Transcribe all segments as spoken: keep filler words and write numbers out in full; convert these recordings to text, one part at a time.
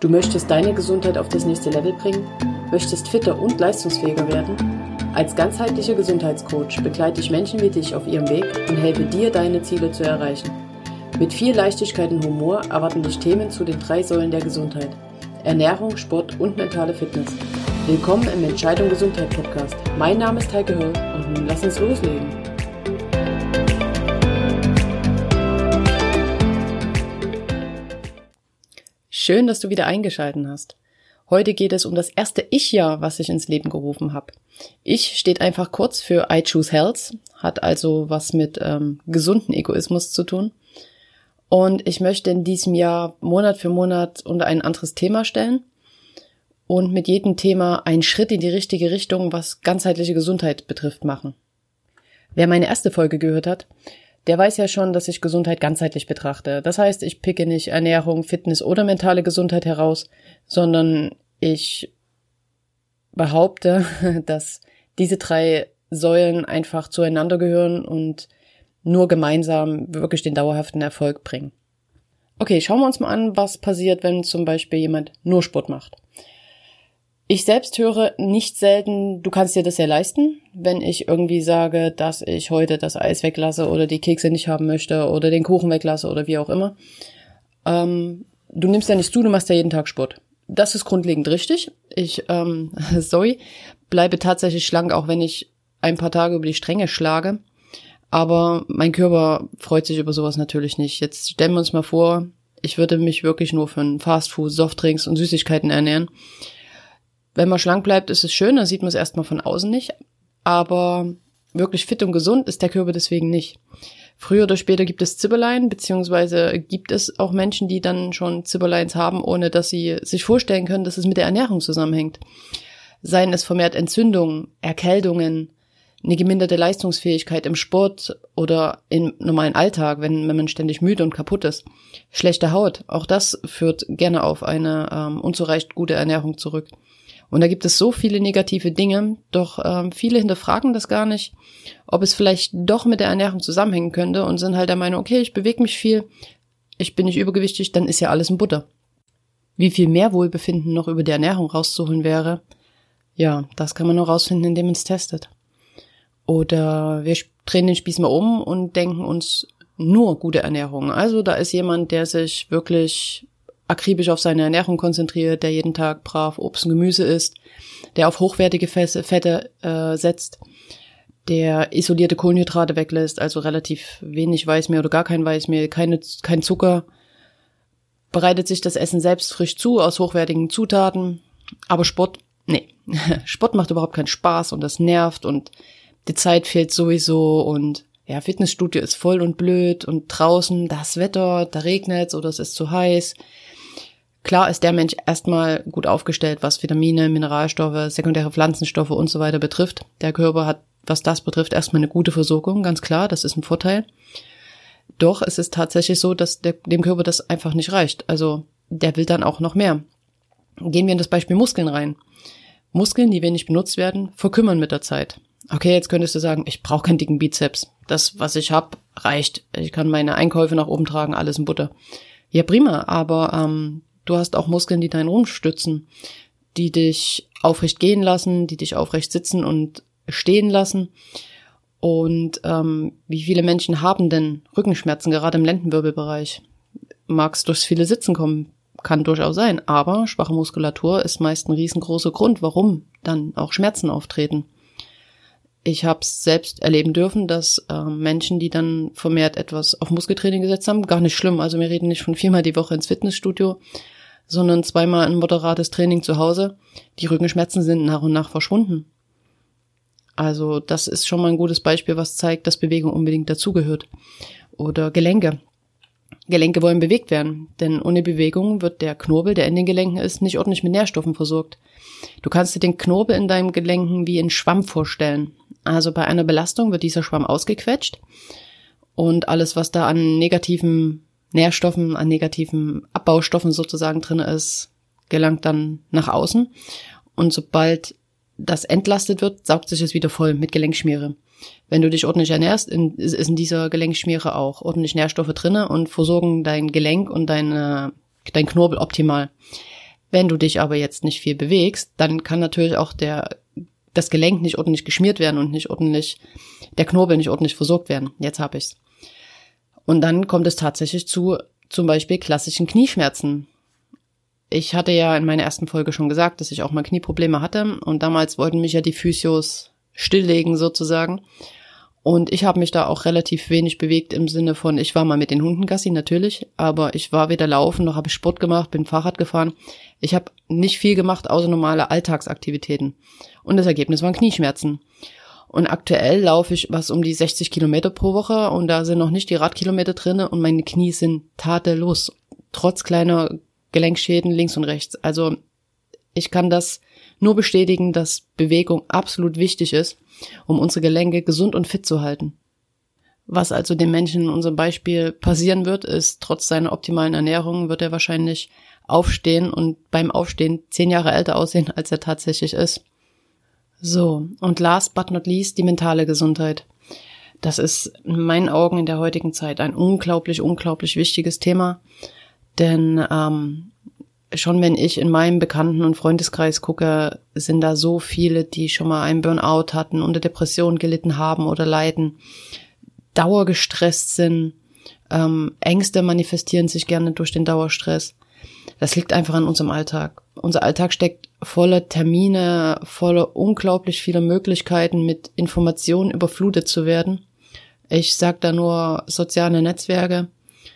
Du möchtest deine Gesundheit auf das nächste Level bringen? Möchtest fitter und leistungsfähiger werden? Als ganzheitlicher Gesundheitscoach begleite ich Menschen wie dich auf ihrem Weg und helfe dir, deine Ziele zu erreichen. Mit viel Leichtigkeit und Humor erwarten dich Themen zu den drei Säulen der Gesundheit: Ernährung, Sport und mentale Fitness. Willkommen im Entscheidung Gesundheit Podcast. Mein Name ist Heike Höll und nun lass uns loslegen. Schön, dass du wieder eingeschaltet hast. Heute geht es um das erste Ich-Jahr, was ich ins Leben gerufen habe. Ich steht einfach kurz für I Choose Health, hat also was mit ähm, gesunden Egoismus zu tun. Und ich möchte in diesem Jahr Monat für Monat unter ein anderes Thema stellen und mit jedem Thema einen Schritt in die richtige Richtung, was ganzheitliche Gesundheit betrifft, machen. Wer meine erste Folge gehört hat, der weiß ja schon, dass ich Gesundheit ganzheitlich betrachte. Das heißt, ich picke nicht Ernährung, Fitness oder mentale Gesundheit heraus, sondern ich behaupte, dass diese drei Säulen einfach zueinander gehören und nur gemeinsam wirklich den dauerhaften Erfolg bringen. Okay, schauen wir uns mal an, was passiert, wenn zum Beispiel jemand nur Sport macht. Ich selbst höre nicht selten, du kannst dir das ja leisten, wenn ich irgendwie sage, dass ich heute das Eis weglasse oder die Kekse nicht haben möchte oder den Kuchen weglasse oder wie auch immer. Ähm, du nimmst ja nicht zu, du machst ja jeden Tag Sport. Das ist grundlegend richtig. Ich, ähm, sorry, bleibe tatsächlich schlank, auch wenn ich ein paar Tage über die Stränge schlage. Aber mein Körper freut sich über sowas natürlich nicht. Jetzt stellen wir uns mal vor, ich würde mich wirklich nur von Fastfood, Softdrinks und Süßigkeiten ernähren. Wenn man schlank bleibt, ist es schön, dann sieht man es erstmal von außen nicht. Aber wirklich fit und gesund ist der Körper deswegen nicht. Früher oder später gibt es Zipperlein, beziehungsweise gibt es auch Menschen, die dann schon Zipperleins haben, ohne dass sie sich vorstellen können, dass es mit der Ernährung zusammenhängt. Seien es vermehrt Entzündungen, Erkältungen, eine geminderte Leistungsfähigkeit im Sport oder im normalen Alltag, wenn, wenn man ständig müde und kaputt ist. Schlechte Haut, auch das führt gerne auf eine ähm, unzureichend gute Ernährung zurück. Und da gibt es so viele negative Dinge, doch ähm, viele hinterfragen das gar nicht, ob es vielleicht doch mit der Ernährung zusammenhängen könnte und sind halt der Meinung, okay, ich bewege mich viel, ich bin nicht übergewichtig, dann ist ja alles in Butter. Wie viel mehr Wohlbefinden noch über die Ernährung rauszuholen wäre, ja, das kann man nur rausfinden, indem man es testet. Oder wir drehen den Spieß mal um und denken uns nur gute Ernährung. Also da ist jemand, der sich wirklich akribisch auf seine Ernährung konzentriert, der jeden Tag brav Obst und Gemüse isst, der auf hochwertige Fette äh, setzt, der isolierte Kohlenhydrate weglässt, also relativ wenig Weißmehl oder gar kein Weißmehl, keine, kein Zucker, bereitet sich das Essen selbst frisch zu aus hochwertigen Zutaten, aber Sport, nee, Sport macht überhaupt keinen Spaß und das nervt und die Zeit fehlt sowieso und ja, Fitnessstudio ist voll und blöd und draußen das Wetter, da regnet's oder es ist zu heiß. Klar ist der Mensch erstmal gut aufgestellt, was Vitamine, Mineralstoffe, sekundäre Pflanzenstoffe und so weiter betrifft. Der Körper hat, was das betrifft, erstmal eine gute Versorgung, ganz klar, das ist ein Vorteil. Doch es ist tatsächlich so, dass der, dem Körper das einfach nicht reicht. Also der will dann auch noch mehr. Gehen wir in das Beispiel Muskeln rein. Muskeln, die wenig benutzt werden, verkümmern mit der Zeit. Okay, jetzt könntest du sagen, ich brauche keinen dicken Bizeps. Das, was ich habe, reicht. Ich kann meine Einkäufe nach oben tragen, alles in Butter. Ja, prima, aber ähm, du hast auch Muskeln, die deinen Rumpf stützen, die dich aufrecht gehen lassen, die dich aufrecht sitzen und stehen lassen. Und ähm, wie viele Menschen haben denn Rückenschmerzen, gerade im Lendenwirbelbereich? Mag es durchs viele Sitzen kommen, kann durchaus sein, aber schwache Muskulatur ist meist ein riesengroßer Grund, warum dann auch Schmerzen auftreten. Ich habe es selbst erleben dürfen, dass äh, Menschen, die dann vermehrt etwas auf Muskeltraining gesetzt haben, gar nicht schlimm. Also wir reden nicht von viermal die Woche ins Fitnessstudio, sondern zweimal ein moderates Training zu Hause. Die Rückenschmerzen sind nach und nach verschwunden. Also das ist schon mal ein gutes Beispiel, was zeigt, dass Bewegung unbedingt dazugehört. Oder Gelenke. Gelenke wollen bewegt werden, denn ohne Bewegung wird der Knorpel, der in den Gelenken ist, nicht ordentlich mit Nährstoffen versorgt. Du kannst dir den Knorpel in deinem Gelenken wie einen Schwamm vorstellen. Also bei einer Belastung wird dieser Schwamm ausgequetscht und alles, was da an negativen Nährstoffen, an negativen Abbaustoffen sozusagen drin ist, gelangt dann nach außen. Und sobald das entlastet wird, saugt sich es wieder voll mit Gelenkschmiere. Wenn du dich ordentlich ernährst, ist in dieser Gelenkschmiere auch ordentlich Nährstoffe drinne und versorgen dein Gelenk und deine, dein Knorpel optimal. Wenn du dich aber jetzt nicht viel bewegst, dann kann natürlich auch der das Gelenk nicht ordentlich geschmiert werden und nicht ordentlich, der Knorpel nicht ordentlich versorgt werden. Jetzt habe ich's. Und dann kommt es tatsächlich zu zum Beispiel klassischen Knieschmerzen. Ich hatte ja in meiner ersten Folge schon gesagt, dass ich auch mal Knieprobleme hatte und damals wollten mich ja die Physios stilllegen sozusagen. Und ich habe mich da auch relativ wenig bewegt im Sinne von, ich war mal mit den Hunden Gassi, natürlich, aber ich war weder laufen, noch habe ich Sport gemacht, bin Fahrrad gefahren. Ich habe nicht viel gemacht, außer normale Alltagsaktivitäten. Und das Ergebnis waren Knieschmerzen. Und aktuell laufe ich was um die sechzig Kilometer pro Woche und da sind noch nicht die Radkilometer drinne und meine Knie sind tadellos, trotz kleiner Gelenkschäden links und rechts. Also ich kann das nur bestätigen, dass Bewegung absolut wichtig ist, um unsere Gelenke gesund und fit zu halten. Was also dem Menschen in unserem Beispiel passieren wird, ist, trotz seiner optimalen Ernährung wird er wahrscheinlich aufstehen und beim Aufstehen zehn Jahre älter aussehen, als er tatsächlich ist. So, und last but not least die mentale Gesundheit. Das ist in meinen Augen in der heutigen Zeit ein unglaublich, unglaublich wichtiges Thema, denn ähm, schon wenn ich in meinem Bekannten- und Freundeskreis gucke, sind da so viele, die schon mal einen Burnout hatten, unter Depressionen gelitten haben oder leiden, dauergestresst sind, ähm, Ängste manifestieren sich gerne durch den Dauerstress. Das liegt einfach an unserem Alltag. Unser Alltag steckt voller Termine, voller unglaublich vieler Möglichkeiten, mit Informationen überflutet zu werden. Ich sage da nur soziale Netzwerke.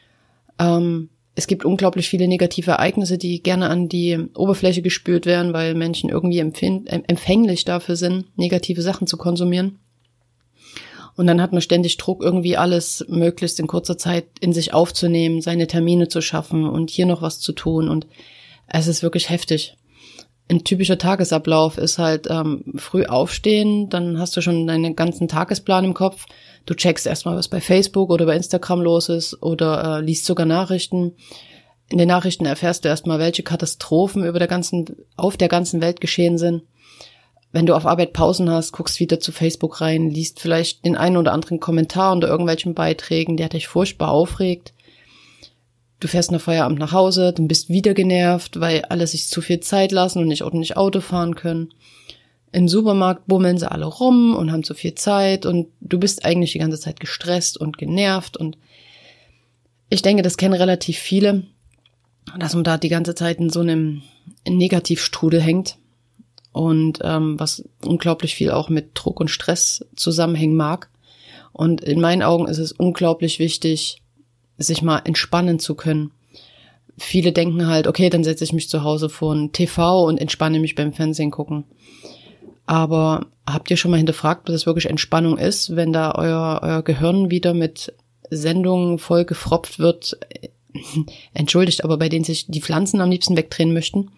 Ähm, Es gibt unglaublich viele negative Ereignisse, die gerne an die Oberfläche gespült werden, weil Menschen irgendwie empfind- empfänglich dafür sind, negative Sachen zu konsumieren. Und dann hat man ständig Druck, irgendwie alles möglichst in kurzer Zeit in sich aufzunehmen, seine Termine zu schaffen und hier noch was zu tun. Und es ist wirklich heftig. Ein typischer Tagesablauf ist halt ähm, früh aufstehen, dann hast du schon deinen ganzen Tagesplan im Kopf. Du checkst erstmal, was bei Facebook oder bei Instagram los ist oder äh, liest sogar Nachrichten. In den Nachrichten erfährst du erstmal, welche Katastrophen über der ganzen, auf der ganzen Welt geschehen sind. Wenn du auf Arbeit Pausen hast, guckst wieder zu Facebook rein, liest vielleicht den einen oder anderen Kommentar unter irgendwelchen Beiträgen, der dich furchtbar aufregt. Du fährst nach Feierabend nach Hause, dann bist wieder genervt, weil alle sich zu viel Zeit lassen und nicht ordentlich Auto fahren können. Im Supermarkt bummeln sie alle rum und haben zu viel Zeit und du bist eigentlich die ganze Zeit gestresst und genervt und ich denke, das kennen relativ viele, dass man da die ganze Zeit in so einem Negativstrudel hängt und ähm, was unglaublich viel auch mit Druck und Stress zusammenhängen mag. Und in meinen Augen ist es unglaublich wichtig, sich mal entspannen zu können. Viele denken halt, okay, dann setze ich mich zu Hause vor ein T V und entspanne mich beim Fernsehen gucken. Aber habt ihr schon mal hinterfragt, was das wirklich Entspannung ist, wenn da euer, euer Gehirn wieder mit Sendungen voll gefropft wird, entschuldigt, aber bei denen sich die Pflanzen am liebsten wegdrehen möchten?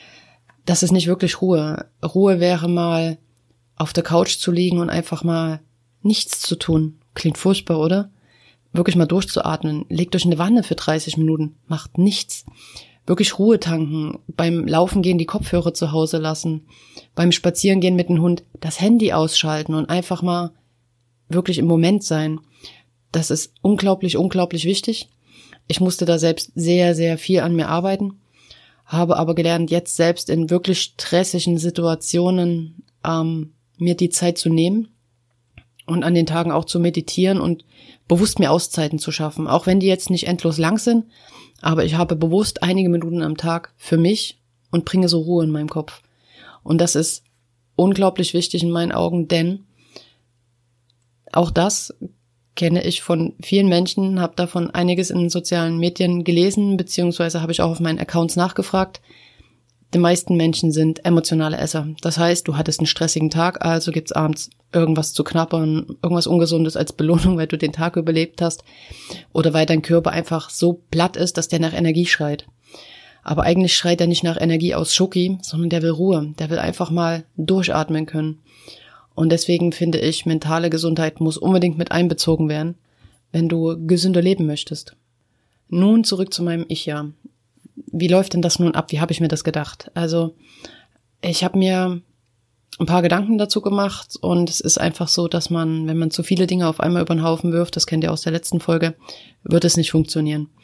Das ist nicht wirklich Ruhe. Ruhe wäre mal auf der Couch zu liegen und einfach mal nichts zu tun. Klingt furchtbar, oder? Wirklich mal durchzuatmen. Legt euch in eine Wanne für dreißig Minuten. Macht nichts. Wirklich Ruhe tanken. Beim Laufen gehen die Kopfhörer zu Hause lassen. Beim Spazierengehen mit dem Hund das Handy ausschalten und einfach mal wirklich im Moment sein. Das ist unglaublich, unglaublich wichtig. Ich musste da selbst sehr, sehr viel an mir arbeiten. Habe aber gelernt, jetzt selbst in wirklich stressigen Situationen ähm, mir die Zeit zu nehmen und an den Tagen auch zu meditieren und bewusst mir Auszeiten zu schaffen. Auch wenn die jetzt nicht endlos lang sind, aber ich habe bewusst einige Minuten am Tag für mich und bringe so Ruhe in meinem Kopf. Und das ist unglaublich wichtig in meinen Augen, denn auch das kenne ich von vielen Menschen, habe davon einiges in den sozialen Medien gelesen, beziehungsweise habe ich auch auf meinen Accounts nachgefragt. Die meisten Menschen sind emotionale Esser. Das heißt, du hattest einen stressigen Tag, also gibt's abends irgendwas zu knabbern, irgendwas Ungesundes als Belohnung, weil du den Tag überlebt hast oder weil dein Körper einfach so platt ist, dass der nach Energie schreit. Aber eigentlich schreit er nicht nach Energie aus Schoki, sondern der will Ruhe. Der will einfach mal durchatmen können. Und deswegen finde ich, mentale Gesundheit muss unbedingt mit einbezogen werden, wenn du gesünder leben möchtest. Nun zurück zu meinem Ich-Jahr. Wie läuft denn das nun ab? Wie habe ich mir das gedacht? Also ich habe mir ein paar Gedanken dazu gemacht und es ist einfach so, dass man, wenn man zu viele Dinge auf einmal über den Haufen wirft, das kennt ihr aus der letzten Folge, wird es nicht funktionieren.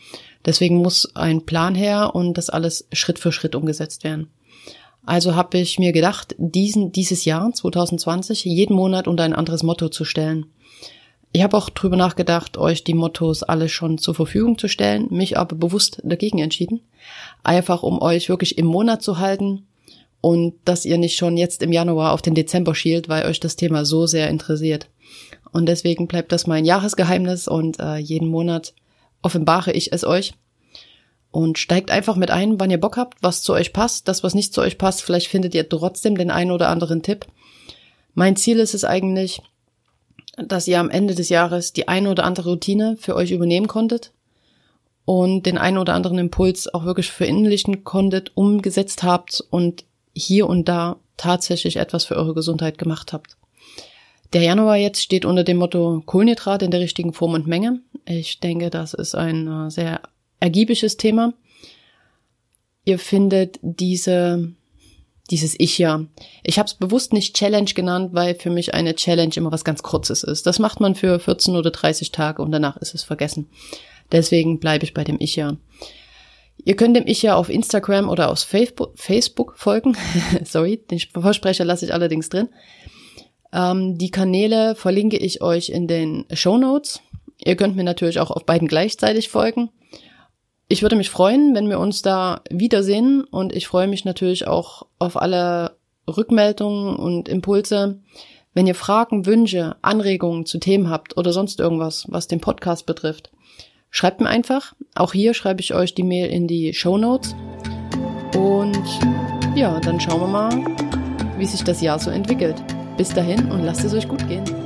Deswegen muss ein Plan her und das alles Schritt für Schritt umgesetzt werden. Also habe ich mir gedacht, diesen dieses Jahr zwanzig zwanzig jeden Monat unter ein anderes Motto zu stellen. Ich habe auch drüber nachgedacht, euch die Mottos alle schon zur Verfügung zu stellen, mich aber bewusst dagegen entschieden, einfach um euch wirklich im Monat zu halten und dass ihr nicht schon jetzt im Januar auf den Dezember schielt, weil euch das Thema so sehr interessiert. Und deswegen bleibt das mein Jahresgeheimnis und äh, jeden Monat offenbare ich es euch. Und steigt einfach mit ein, wann ihr Bock habt, was zu euch passt. Das, was nicht zu euch passt, vielleicht findet ihr trotzdem den einen oder anderen Tipp. Mein Ziel ist es eigentlich, dass ihr am Ende des Jahres die eine oder andere Routine für euch übernehmen konntet und den einen oder anderen Impuls auch wirklich verinnerlichen konntet, umgesetzt habt und hier und da tatsächlich etwas für eure Gesundheit gemacht habt. Der Januar jetzt steht unter dem Motto Kohlenhydrate in der richtigen Form und Menge. Ich denke, das ist ein sehr ergiebiges Thema. Ihr findet diese, dieses Ich-Ja. Ich habe es bewusst nicht Challenge genannt, weil für mich eine Challenge immer was ganz Kurzes ist. Das macht man für vierzehn oder dreißig Tage und danach ist es vergessen. Deswegen bleibe ich bei dem Ich-Ja. Ihr könnt dem Ich-Ja auf Instagram oder auf Facebook folgen. Sorry, den Versprecher lasse ich allerdings drin. Ähm, die Kanäle verlinke ich euch in den Shownotes. Ihr könnt mir natürlich auch auf beiden gleichzeitig folgen. Ich würde mich freuen, wenn wir uns da wiedersehen und ich freue mich natürlich auch auf alle Rückmeldungen und Impulse. Wenn ihr Fragen, Wünsche, Anregungen zu Themen habt oder sonst irgendwas, was den Podcast betrifft, schreibt mir einfach. Auch hier schreibe ich euch die Mail in die Shownotes. Und ja, dann schauen wir mal, wie sich das Jahr so entwickelt. Bis dahin und lasst es euch gut gehen.